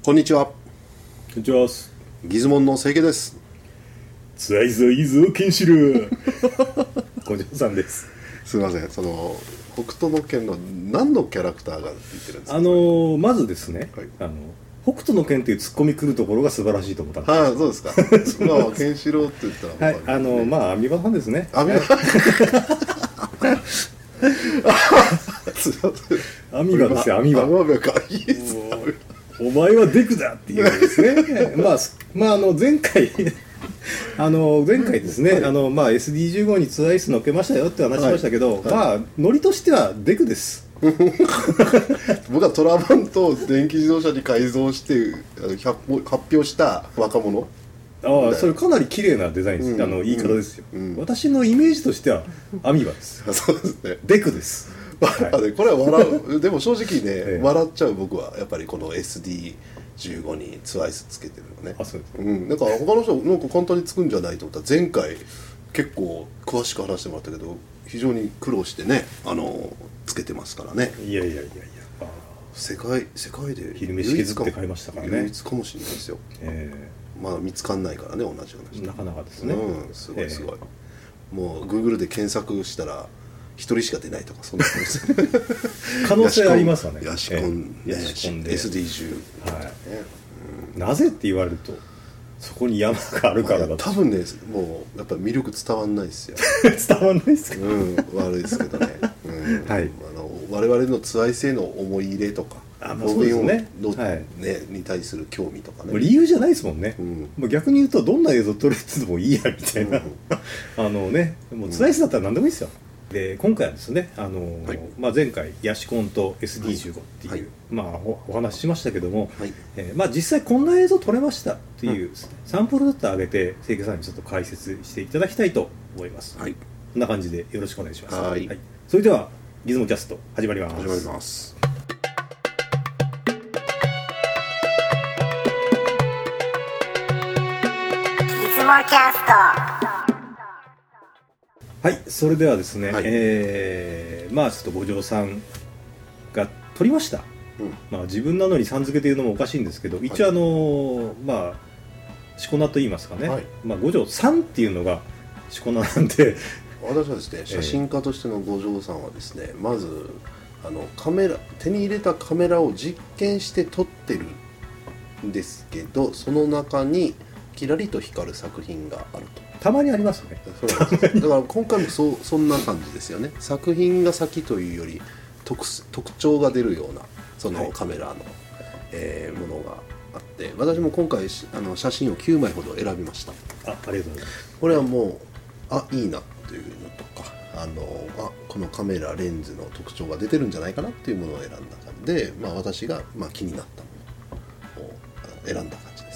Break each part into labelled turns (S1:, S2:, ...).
S1: こんにちは。
S2: こんにちは。
S1: ギズモンの清家です。
S2: つらいぞいいぞケンシロウ小嬢さんです。
S1: すみません、その北斗の拳の何のキャラクターがって言ってるんですか。
S2: まずですね、
S1: はい、
S2: 北斗の拳というツッコミ来るところが素晴らしいと思ったんです。
S1: はい、そうですか。まあケンシロウって言ったら、
S2: はい、まあアミバファンですね。
S1: アミバ
S2: アミバですよ、アミバ。
S1: アミバか、いいですね。
S2: お前はデクだっていうですね。まあ前回前回ですね、
S1: はい、
S2: SD15 にツアイス乗っけましたよって話しましたけど、
S1: はいはい、
S2: ノリとしてはデクです。
S1: 僕はトラバントを電気自動車に改造して発表した若者。
S2: それかなり綺麗なデザインです、言い方ですよ、私のイメージとしてはアミバです。
S1: そうですね、
S2: デクです。
S1: これは笑うでも正直ね、笑っちゃう。僕はやっぱりこの SD15 にツアイスつけてるのね。
S2: そうです、
S1: なんか他の人なんか簡単につくんじゃないと思ったら、前回結構詳しく話してもらったけど非常に苦労してねつけてますからね。
S2: いや
S1: 世界で
S2: 昼飯削って買いましたからね。
S1: 唯一かもしれないですよ。まだ見つかんないからね、同じような人。
S2: なかなかですね、
S1: すごいすごい、もう Google で検索したら一人しか出ないとか、そんな
S2: 可能性ありますわね。
S1: ヤシコンで SD10、
S2: なぜって言われるとそこに山があるからだと。
S1: 多分ね、もうやっぱ魅力伝わんないですよ。
S2: 伝わんないですか。
S1: 悪いですけどね。
S2: はい、
S1: 我々のツアイスへの思い入れとか、
S2: そうですね、
S1: に対する興味とかね、
S2: 理由じゃないですもんね。逆に言うとどんな映像撮れててもいいやみたいな、もうツアイスだったら何でもいいですよ。で今回はですね、前回ヤシコンと SD15 っていう、お話ししましたけども、実際こんな映像撮れましたっていう、サンプルだったら上げて清家さんにちょっと解説していただきたいと思います。こんな感じでよろしくお願いします。それではギズモキャスト始まります。
S1: 始まります。
S3: ギズモキャスト。
S2: はい、それではですね、ちょっと五条さんが撮りました。自分なのにさん付けというのもおかしいんですけど、一応しこ名と言いますかね、五条さんっていうのがしこ名なんで、
S1: 私はですね、写真家としての五条さんはですね、まず手に入れたカメラを実験して撮ってるんですけど、その中にキラリと光る作品があると。
S2: たまにありますね。
S1: だから今回もそんな感じですよね。作品が先というより特徴が出るようなそのカメラの、ものがあって、私も今回写真を9枚ほど選びました。
S2: ありがとうございます。
S1: これはもういいなというのとか、このカメラレンズの特徴が出てるんじゃないかなっていうものを選んだ感じで、私が気になったものを選んだ感じです。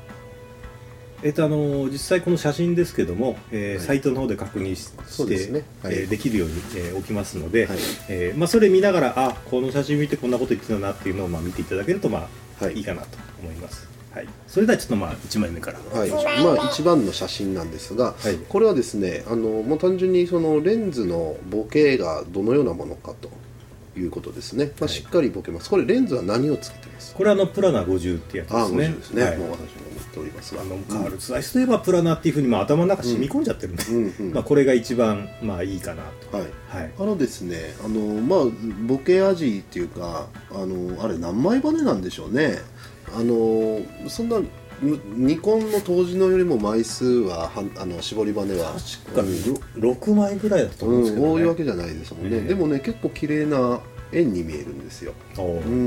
S2: 実際この写真ですけども、サイトの方で確認してできるように置きますので、それ見ながらこの写真見てこんなこと言ってたなっていうのを見ていただけるといいかなと思います。それではちょっと1枚目から。
S1: 1番の写真なんですが、これはですね、単純にそのレンズのボケがどのようなものかということですね。しっかりボケます。これレンズは何をつけてます？
S2: これプラナ50ってやつですね。
S1: 50ですね。もう私も持っておりますが、
S2: カールツアイスといえばプラナっていうふうに頭の中染み込んじゃってるんで、これが一番いいかなと。
S1: ですね、ボケ味っていうか、あれ何枚バネなんでしょうね。そんなニコンの当時のよりも枚数は絞りバネは
S2: 確かに6枚ぐらいだと思うんですけどね。
S1: 多いわけじゃないですもんね。でもね、結構綺麗な円に見えるんですよ。だ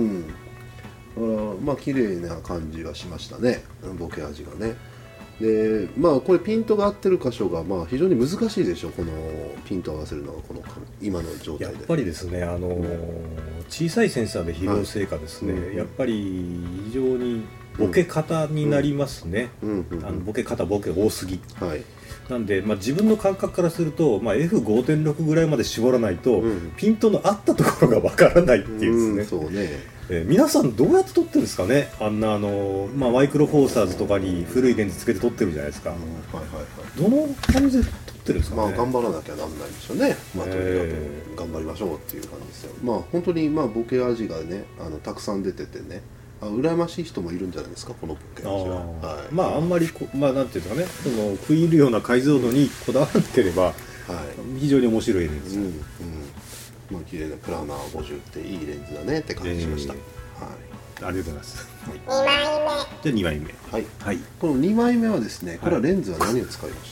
S1: から綺麗な感じがしましたね、ボケ味がね。でこれピントが合ってる箇所が非常に難しいでしょ。このピント合わせるのがこの今の状態で。
S2: やっぱりですね、小さいセンサーで拾うせいかですね、やっぱり非常にボケ方になりますね。ボケ多すぎ。なんで、自分の感覚からすると、F5.6 ぐらいまで絞らないと、ピントの合ったところがわからないっていうですね。皆さんどうやって撮ってるんですかね。マイクロフォーサーズとかに古いレンズつけて撮ってるじゃないですか。どの感じで撮ってるんですかね。
S1: 頑張らなきゃなんないでしょうね。とにかく頑張りましょうっていう感じですよ。本当にボケ味がねたくさん出ててね、 羨ましい人もいるんじゃないですかこの物件は。
S2: まああんまりまあなんていうかね、その食い入るような解像度にこだわらなければ、非常に面白いレンズ。
S1: まあ綺麗なプラナー50っていいレンズだねって感じしました。
S2: ありがとうございます。
S3: 2枚目。
S2: じゃあ2枚目。
S1: はい。この2枚目はですね、これはレンズは何を使いました？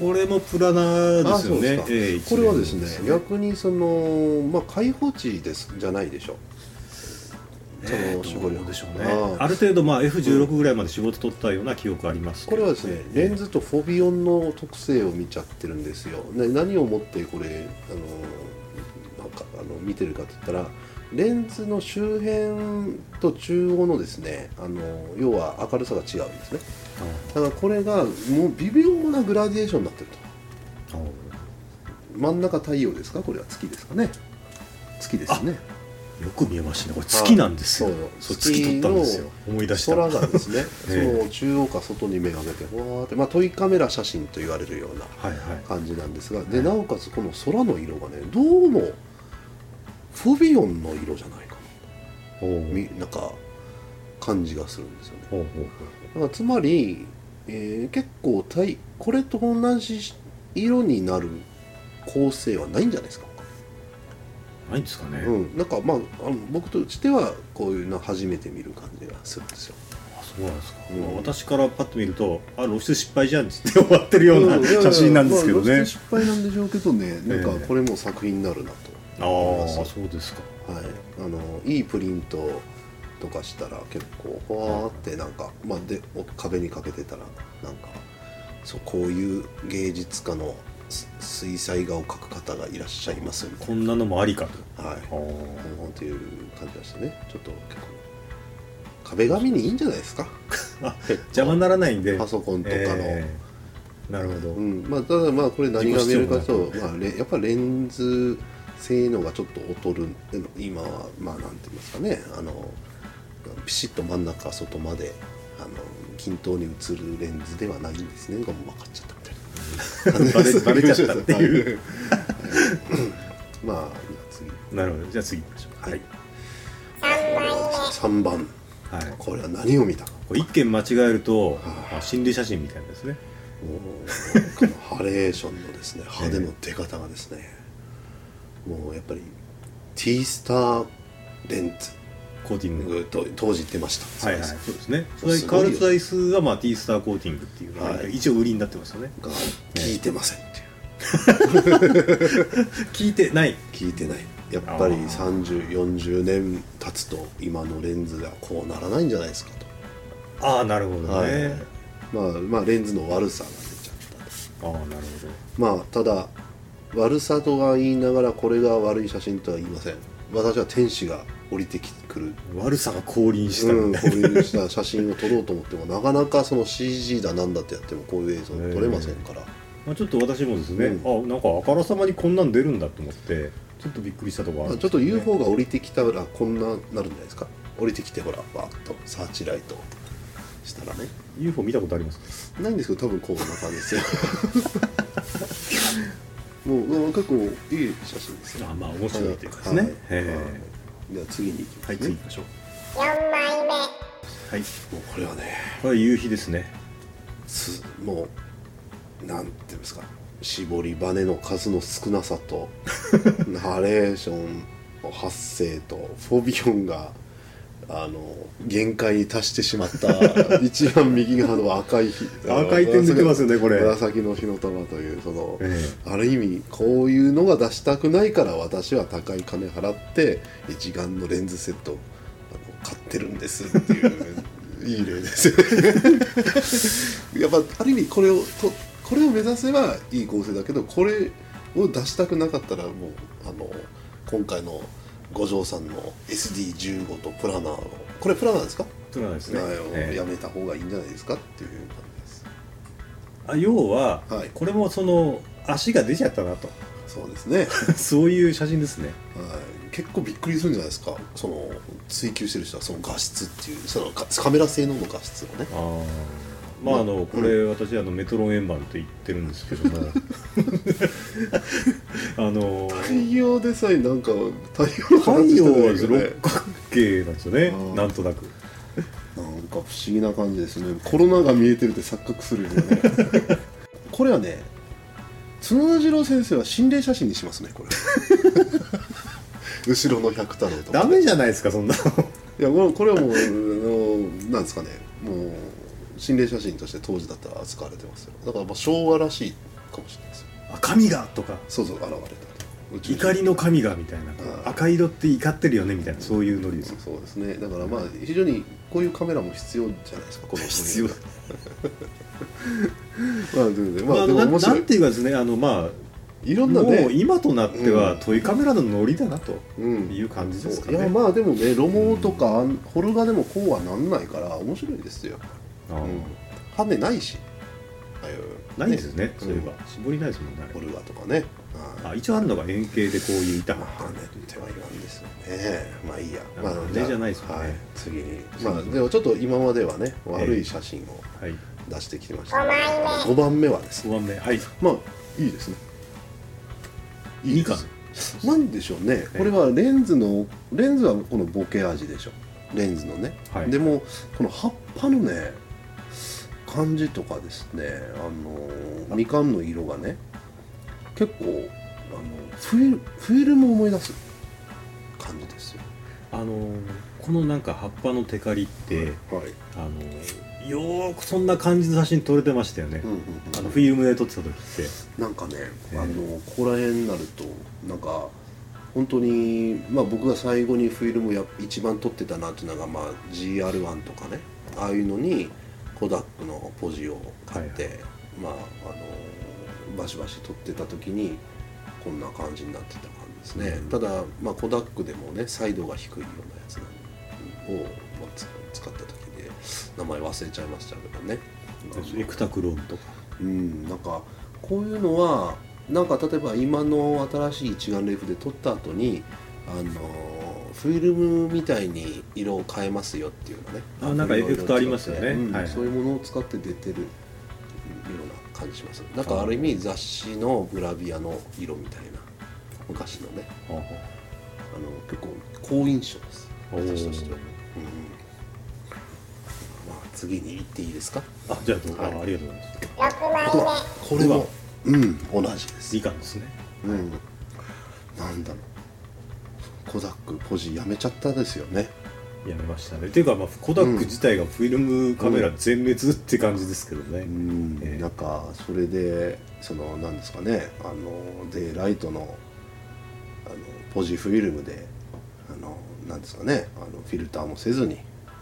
S2: これもプラナーですよね。
S1: これはですね、逆にそのまあ開放値ですじゃないでしょう。
S2: 絞りでしょうね。ある程度まあ F16 ぐらいまで仕事取ったような記憶あります。
S1: これはですね、レンズとフォビオンの特性を見ちゃってるんですよ。何をもってこれ見てるかって言ったら、レンズの周辺と中央のですね、要は明るさが違うんですね。だからこれがもう微妙なグラデーションになってると。真ん中太陽ですか、これは月ですかね。月ですね。
S2: よく見えましたね。これ月なんですよ。そう月撮ったんですよ。思い出した。
S1: 空がですね、その中央か外に目が出て、わーって、まあトイカメラ写真と言われるような感じなんですが、でなおかつこの空の色がね、どうもフォビオンの色じゃないかな、なんか感じがするんですよね。だからつまり、結構これと同じ色になる構成はないんじゃないですか。
S2: ないんですかね。
S1: なんかまあ僕としてはこういうの初めて見る感じがするんですよ。
S2: そうなんですか。私からパッと見ると露出失敗じゃんって終わってるような写真なんですけどね。
S1: 露出失敗なんでしょうけどね、なんかこれも作品になるなと思います。
S2: そうですか。
S1: いいプリントとかしたら結構ほわーってなんかで壁にかけてたらなんかこういう芸術家の水彩画を描く方がいらっしゃいますよね。
S2: こんなのもありかと。
S1: という感じでしたね。ちょっと結構壁紙にいいんじゃないですか。
S2: 邪魔にならないんで。
S1: パソコンとかの。
S2: なるほど。
S1: ただまあこれ何が見えるかと、やっぱレンズ性能がちょっと劣る。今はまあなんて言いますかね、ピシッと真ん中外まで均等に映るレンズではないんですね。がもう分かっちゃったみたいな。
S2: バレちゃったっていう。
S1: まあ次。
S2: なるほど。じゃあ次行きましょう。はい。
S1: 3番。これは何を見たか。
S2: 一見間違えると心理写真みたいなですね。
S1: このハレーションのですね、派手の出方がですね、もうやっぱり T スターレンズ
S2: コーティング
S1: と当時言ってました。
S2: そうですね。カールツアイスはまあ T スターコーティングっていうのが一応売りになってますよね。
S1: が効いてませんっていう。
S2: 聞いてない。
S1: やっぱり30、40年経つと今のレンズがこうならないんじゃないですかと。
S2: なるほどね。
S1: まあレンズの悪さが出ちゃったと。
S2: なるほど。
S1: まあただ悪さとは言いながらこれが悪い写真とは言いません。私は天使が降りてくる
S2: 悪さが降臨した
S1: 降臨した写真を撮ろうと思ってもなかなかその CG だなんだってやってもこういう映像撮れませんから、
S2: ちょっと私もですね、なんかあからさまにこんなん出るんだと思ってちょっとびっくりしたところあるんですよね。
S1: ちょっと UFO が降りてきたらこんななるんじゃないですか。降りてきてほらバーッとサーチライトしたらね。
S2: UFO 見たことありますか？
S1: ないんですけど多分こんな感じですよ。もう結構いい写真ですよ。
S2: まあ面白いというかですね。
S1: では次に行きますね。
S2: 次行きましょう。
S3: 4枚目。
S1: もうこれはね、
S2: これは夕日ですね。
S1: もうなんていうんですか、絞り羽の数の少なさとハレーションの発生とフォビオンが限界に達してしまった一番右側の赤い
S2: 点出てますよね。これ
S1: 紫の火の玉というある意味こういうのが出したくないから私は高い金払って一眼のレンズセットを買ってるんですっていういい例ですよね。やっぱある意味これを目指せばいい構成だけど、これを出したくなかったらもう今回の五条さんの SD15 とプラナーのこれプラナーですか？
S2: プラナーですね。
S1: やめた方がいいんじゃないですかっていう感じです。
S2: 要は、これもその足が出ちゃったなと。
S1: そうですね。
S2: そういう写真ですね。
S1: 結構びっくりするんじゃないですか。その追求してる人はその画質っていうそのカメラ性能の画質をね。
S2: これ私メトロン円盤と言ってるんですけども
S1: 太陽でさえなんか
S2: 太陽は六角形なんですよね。なんとなく
S1: か不思議な感じですね。コロナが見えてるって錯覚するよねこれはね、角田次郎先生は心霊写真にしますね、これ後ろの百太郎とか
S2: ダメじゃないですか、そんな
S1: いや、これはもうなんですかね、もう心霊写真として当時だったら扱われてますよ。だからまあ昭和らしいかもしれないですよ。
S2: 神がとか、
S1: そうそう、現れたり、
S2: 怒りの神がみたいな、赤色って怒ってるよねみたいな、そういうノリですよ。
S1: そうですね。だからまあ非常にこういうカメラも必要じゃないですか、この
S2: 必要
S1: まあでも面白い。
S2: なんていうかですね、まあ
S1: いろんなね、
S2: もう今となってはトイカメラのノリだなという感じですかね。
S1: いやまあでもね、ロモとかホルガでもこうはなんないから面白いですよ。羽ないし、
S2: ないですね。そういえば絞りないですもんね、
S1: ホルガとかね。
S2: 一応あるのが円形でこういう板が
S1: 羽ってはいらんですよね。まあいいや。
S2: まあ羽じゃないですよね。
S1: 次にまあでもちょっと今まではね、悪い写真を出してきてました。5番目はですね。
S2: 5番目、はい。
S1: まあいいですね。
S2: いいか
S1: なんでしょうね、これはレンズはこのボケ味でしょ、レンズのね、でもこの葉っぱのね感じとかですね、みかんの色がね結構フィルムを思い出す感じですよ。
S2: このなんか葉っぱのテカリって、よーくそんな感じの写真撮れてましたよね。フィルムで撮ってた時って
S1: なんかね、ここら辺になるとなんか本当に、まあ僕が最後にフィルム一番撮ってたなっていうのが、まあ GR1 とかね、ああいうのにコダックのポジを買って、まあバシバシ撮ってた時にこんな感じになってた感じですね。ただまあコダックでもね、彩度が低いようなやつを使った時で名前忘れちゃいましたけどね、
S2: エクタクローンとか、
S1: なんかこういうのはなんか例えば今の新しい一眼レフで撮った後にフィルムみたいに色を変えますよっていうのね、
S2: なんかエフェクトありますよね、
S1: そういうものを使って出てるような感じします。なんかある意味雑誌のグラビアの色みたいな昔のね、結構好印象です、私としては。次に行っていいですか。
S2: じゃあ、ありがとうござい
S3: ます。
S1: これは同じです。
S2: みかんですね。
S1: なんだろう、コダックポジやめちゃったですよね。
S2: やめましたね。っていうか、まあ、コダック自体がフィルムカメラ全滅って感じですけどね。
S1: なんかそれでなんですかね、でライトのポジフィルムでなんですかね、フィルターもせずに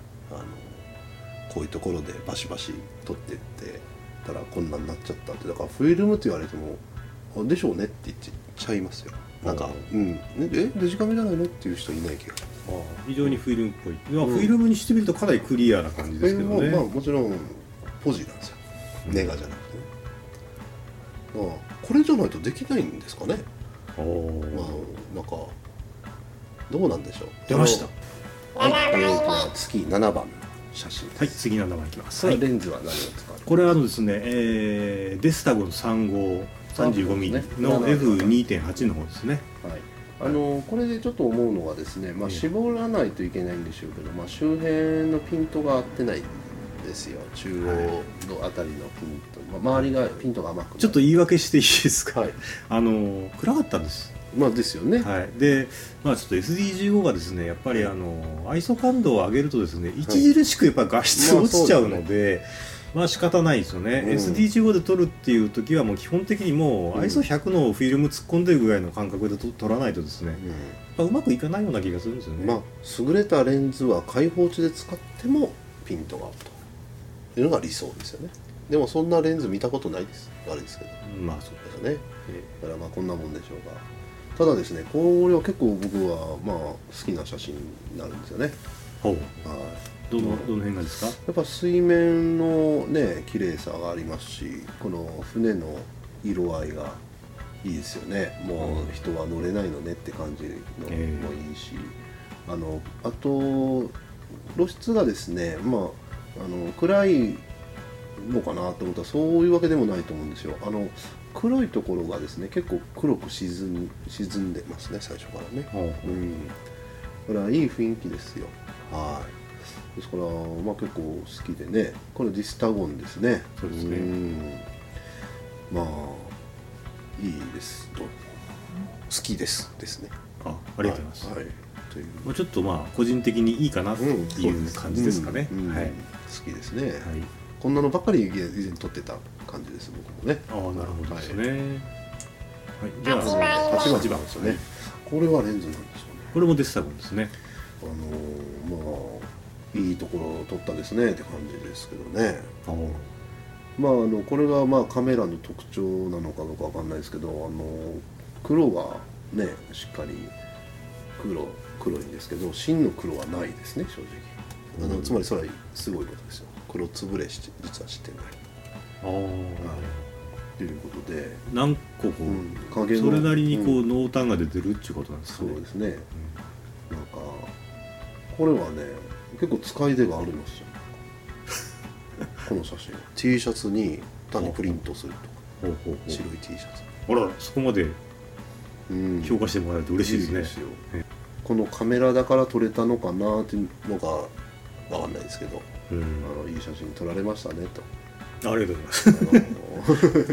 S1: こういうところでバシバシ撮ってってたらこんなになっちゃったって。だからフィルムって言われてもでしょうねって言っちゃいますよ。なんかデジカメじゃないのっていう人いない気が。
S2: 非常にフィルムっぽい。フィルムにしてみるとかなりクリアな感じですけどね。
S1: まあもちろんポジなんですよ、ネガじゃなくてね。これじゃないとできないんですかね。まあなんかどうなんでしょう。
S2: 出ました。
S1: 次7番写真。
S2: はい、次7番いきます。
S1: レンズは何を使う？
S2: これはですね、デスタゴン35 35mm の F2.8 の方ですね。
S1: これでちょっと思うのはですね、絞らないといけないんでしょうけど、周辺のピントが合ってないんですよ。中央のあたりのピント、周りがピントが甘く。
S2: ちょっと言い訳していいですか。暗かったんです。
S1: ですよね。
S2: で、ちょっと SD15 がですね、やっぱりISO 感度を上げるとですね、著しくやっぱ画質落ちちゃうので、仕方ないですよね。SD15 で撮るっていう時はもう基本的にもう ISO100 のフィルム突っ込んでるぐらいの感覚で撮らないとですね、うまくいかないような気がするんですよね。
S1: 優れたレンズは開放値で使ってもピントが合うというのが理想ですよね。でもそんなレンズ見たことないです。悪いですけど。そうですね。だからこんなもんでしょうが。ただですね、これは結構僕は好きな写真になるんですよね。
S2: どの辺がですか？
S1: やっぱ水面のね綺麗さがありますし、この船の色合いがいいですよね。もう人は乗れないのねって感じのもいいし、あと露出がですね、暗いのかなと思ったらそういうわけでもないと思うんですよ。黒いところがですね結構黒く沈んでますね、最初からね。これはいい雰囲気ですよ。 ですから、まあ、結構好きでね、これディスタゴンですね。
S2: そうですね。
S1: まあいいですと、好きですですね。
S2: ありがとうございます。
S1: はい、という
S2: まあ、ちょっとまあ個人的にいいかなという感じですかね。はい、
S1: 好きですね。
S2: はい、
S1: こんなのばっかり以前撮ってた感じです、僕もね。
S2: なるほどですね。はい、
S3: じゃあ
S1: 8番ですよね。これはレンズなんでしょうね。
S2: これもデスタゴンですね。
S1: まあいいところを撮ったですねって感じですけどね。まあこれがまあカメラの特徴なのかどうかわかんないですけど、黒がねしっかり黒いんですけど、真の黒はないですね、正直。つまりそれはすごいことですよ。黒つぶれして実はしてない。ということで、
S2: 何個こう、それなりにこう濃淡が出てるっていうことなんですかね。
S1: そうですね。なんかこれはね結構使い出があるんですよ。この写真 T シャツに単にプリントするとか、白い T シャツ。
S2: あら、そこまで評価してもらえると嬉しいですね。
S1: いいですよ。このカメラだから撮れたのかなっていうのが分かんないですけど、いい写真撮られましたねと。
S2: ありがとうございます。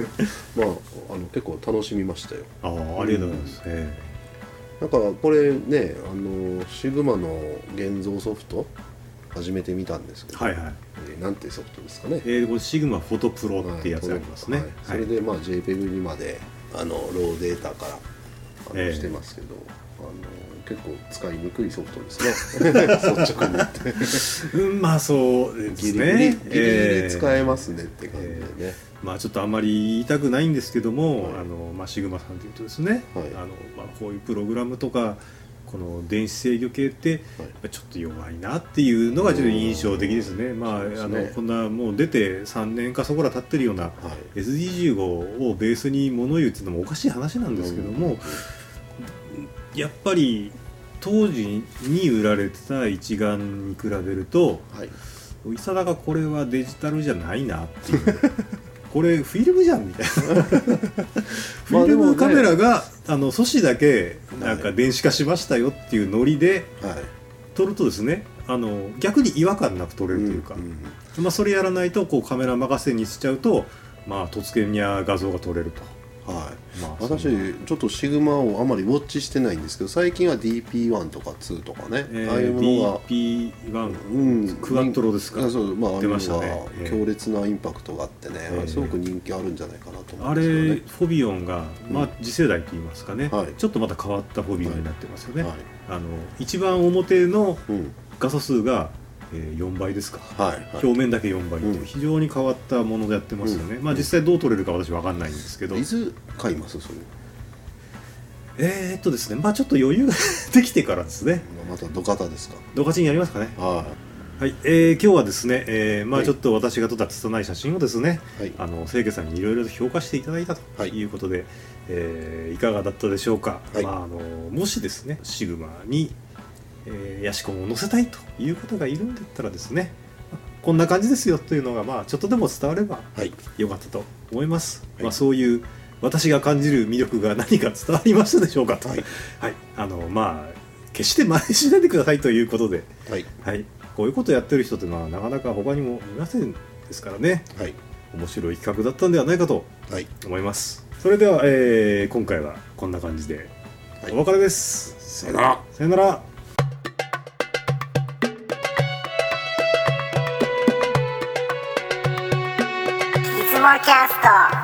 S1: まあ結構楽しみましたよ。
S2: ありがとうございます。
S1: なんかこれね、シグマの現像ソフト初めて見たんですけど、なんてソフトですかね。
S2: これシグマフォトプロってやつありますね。
S1: それでまあ JPEG にまでローデータからしてますけど、結構使いにくいソフトですね。率直に言って
S2: まあそうですね。
S1: ギリギリ使えますねって感じでね。
S2: まあちょっとあんまり言いたくないんですけども、まあシグマさんというとですね、まあこういうプログラムとかこの電子制御系ってちょっと弱いなっていうのがちょっと印象的ですね。まあこんなもう出て3年かそこら経ってるような SD15 をベースに物言うっていうのもおかしい話なんですけども、やっぱり当時に売られてた一眼に比べると、いさだがこれはデジタルじゃないなっていうこれフィルムじゃんみたいなフィルムカメラが素子だけなんか電子化しましたよっていうノリで撮るとですね、逆に違和感なく撮れるというか、まあそれやらないとこうカメラ任せにしちゃうと、まあ突然に画像が撮れると。
S1: 私ちょっとシグマをあまりウォッチしてないんですけど、最近は DP1 とか2とかね、ああいうものが
S2: DP1、クワットロですか、
S1: 出ました
S2: ね。
S1: 強烈なインパクトがあってね、すごく人気あるんじゃないかなと思
S2: うんですよね。あれフォビオンが、まあ、次世代といいますかね、ちょっとまた変わったフォビオンになってますよね。一番表の画素数が4倍ですか、表面だけ4倍っていう非常に変わったものでやってますよね。まあ実際どう撮れるか私分かんないんですけど、
S1: いつ買いますそ
S2: れ？ですね、まあちょっと余裕ができてからですね。
S1: またドカタですか？
S2: ドカチンやりますかね。はい、今日はですね、まあちょっと私が撮った拙い写真をですね、清家さんにいろいろと評価していただいたということで、いかがだったでしょうか。まあもしですねシグマにヤシコンを載せたいという方がいるんだったらですね、こんな感じですよというのがまあちょっとでも伝わればよかったと思います。まあそういう私が感じる魅力が何か伝わりましたでしょうかと。まあ決して真似しないでくださいということで、こういうことをやってる人というのはなかなか他にもいませんですからね、面白い企画だったんではないかと思います。それでは、今回はこんな感じでお別れです。
S1: さよなら。
S2: さよなら。
S3: いつもキャスト。